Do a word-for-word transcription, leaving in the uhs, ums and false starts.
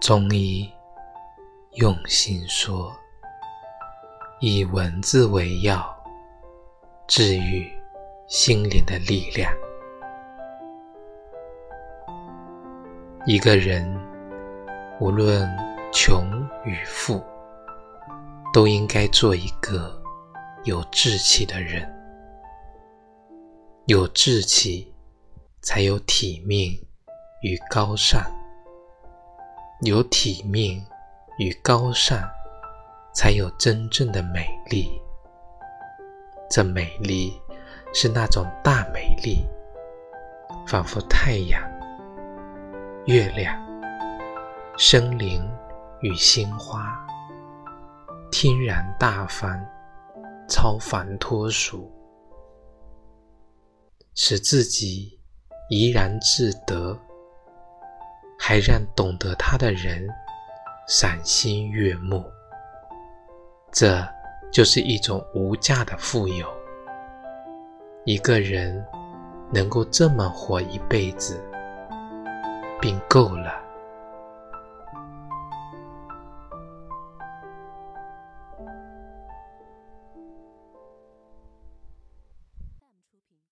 中医用心说，以文字为药，治愈心灵的力量。一个人无论穷与富，都应该做一个有志气的人。有志气，才有体面与高尚；有体面与高尚，才有真正的美丽。这美丽是那种大美丽，仿佛太阳、月亮、生灵与鲜花，天然大方，超凡脱俗，使自己怡然自得，还让懂得它的人赏心悦目。这就是一种无价的富有。一个人能够这么活一辈子，便够了。